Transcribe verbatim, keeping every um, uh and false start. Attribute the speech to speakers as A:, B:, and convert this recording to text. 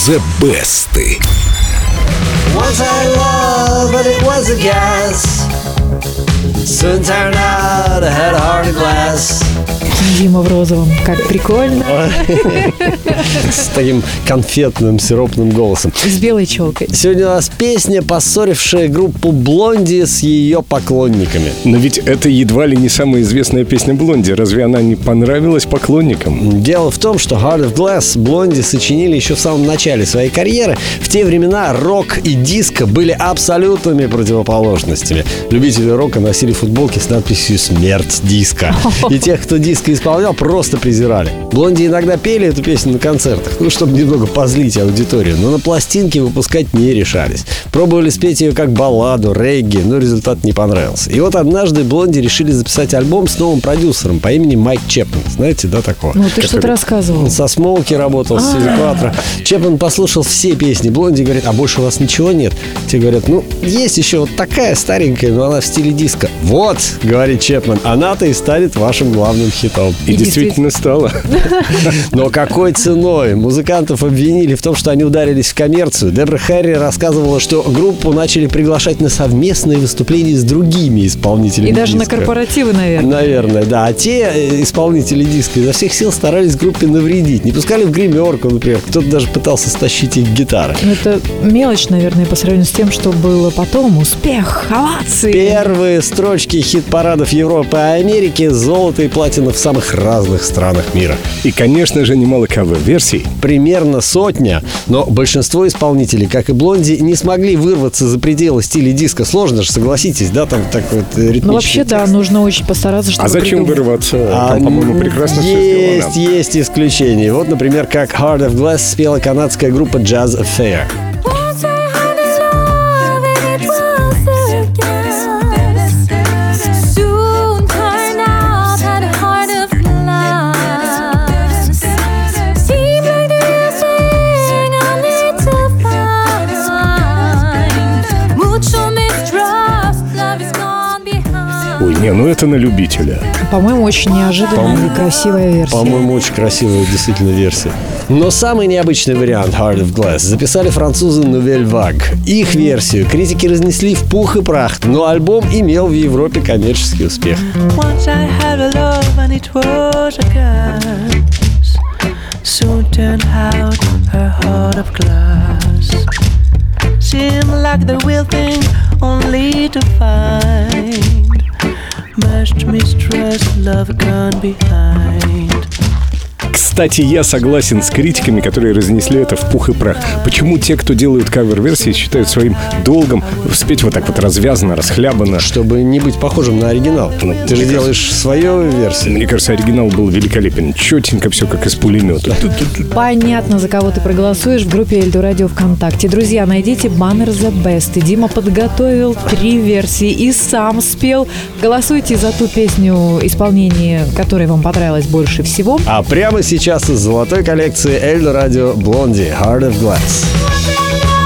A: The Best.
B: Once I loved, but it was a guess. Soon turned out I had a heart of glass.
C: Дима в розовом. Как прикольно.
B: С таким конфетным, сиропным голосом.
C: С белой челкой.
B: Сегодня у нас песня, поссорившая группу Блонди с ее поклонниками.
D: Но ведь это едва ли не самая известная песня Блонди. Разве она не понравилась поклонникам?
B: Дело в том, что Heart of Glass Блонди сочинили еще в самом начале своей карьеры. В те времена рок и диско были абсолютными противоположностями. Любители рока носили футболки с надписью «Смерть диско». И тех, кто диско исполнял, просто презирали. Блонди иногда пели эту песню на концертах, ну, чтобы немного позлить аудиторию, но на пластинке выпускать не решались. Пробовали спеть ее как балладу, регги, но результат не понравился. И вот однажды Блонди решили записать альбом с новым продюсером по имени Майк Чепмен. Знаете, да, такого?
C: Ну, ты что-то рассказывал.
B: Он со Смоуки работал, с Эвакуатора. Чепмен послушал все песни Блонди и говорит: а больше у вас ничего нет? Те говорят: ну, есть еще вот такая старенькая, но она в стиле диско. Вот, говорит Чепмен, она-то и станет вашим главным хитом.
D: И, и действительно стало.
B: Но какой ценой? Музыкантов обвинили в том, что они ударились в коммерцию. Дебра Харри рассказывала, что группу начали приглашать на совместные выступления с другими исполнителями
C: И даже
B: диска.
C: на корпоративы, наверное.
B: Наверное, да. А те исполнители диска изо всех сил старались группе навредить. Не пускали в гримерку, например. Кто-то даже пытался стащить их гитары.
C: Ну, это мелочь, наверное, по сравнению с тем, что было потом. Успех, овации.
B: Первые строчки хит-парадов Европы и Америки, золото и платина в самых разных странах мира.
D: И, конечно же, немало кавер-версий.
B: Примерно сотня, но большинство исполнителей, как и Блонди, не смогли вырваться за пределы стиля диска. Сложно же, согласитесь, да, там такой вот ритмичный
C: Ну, вообще, да,
B: текст.
C: Нужно очень постараться, чтобы
D: А зачем
C: придумать.
D: вырываться?
B: А,
D: Там, по-моему, прекрасно все
B: Есть,
D: сделано.
B: есть исключения. Вот, например, как Heart of Glass спела канадская группа Jazz Affair.
D: Ой, не, ну это на любителя.
C: По-моему, очень неожиданная и красивая версия.
B: По-моему, очень красивая действительно версия. Но самый необычный вариант Heart of Glass записали французы Nouvelle Vague. Их версию критики разнесли в пух и прах, но альбом имел в Европе коммерческий успех.
E: Once I had a love and it was a gas. Soon turned out her heart of glass. Seemed like the real thing, only to find much mistrust, love gone behind.
D: Кстати, я согласен с критиками, которые разнесли это в пух и прах. Почему те, кто делают кавер-версии, считают своим долгом спеть вот так вот развязанно, расхлябанно?
B: Чтобы не быть похожим на оригинал.
D: Ну,
B: Ты же
D: мне
B: делаешь свою версию.
D: Мне кажется, оригинал был великолепен. Четенько все, как из пулемета.
C: Понятно, за кого ты проголосуешь в группе Эльдо Радио ВКонтакте. Друзья, найдите баннер The Best. И Дима подготовил три версии и сам спел. Голосуйте за ту песню, исполнение которой вам понравилось больше всего.
B: А прямо сейчас из золотой коллекции Эльдо Радио Блонди Heart of Glass.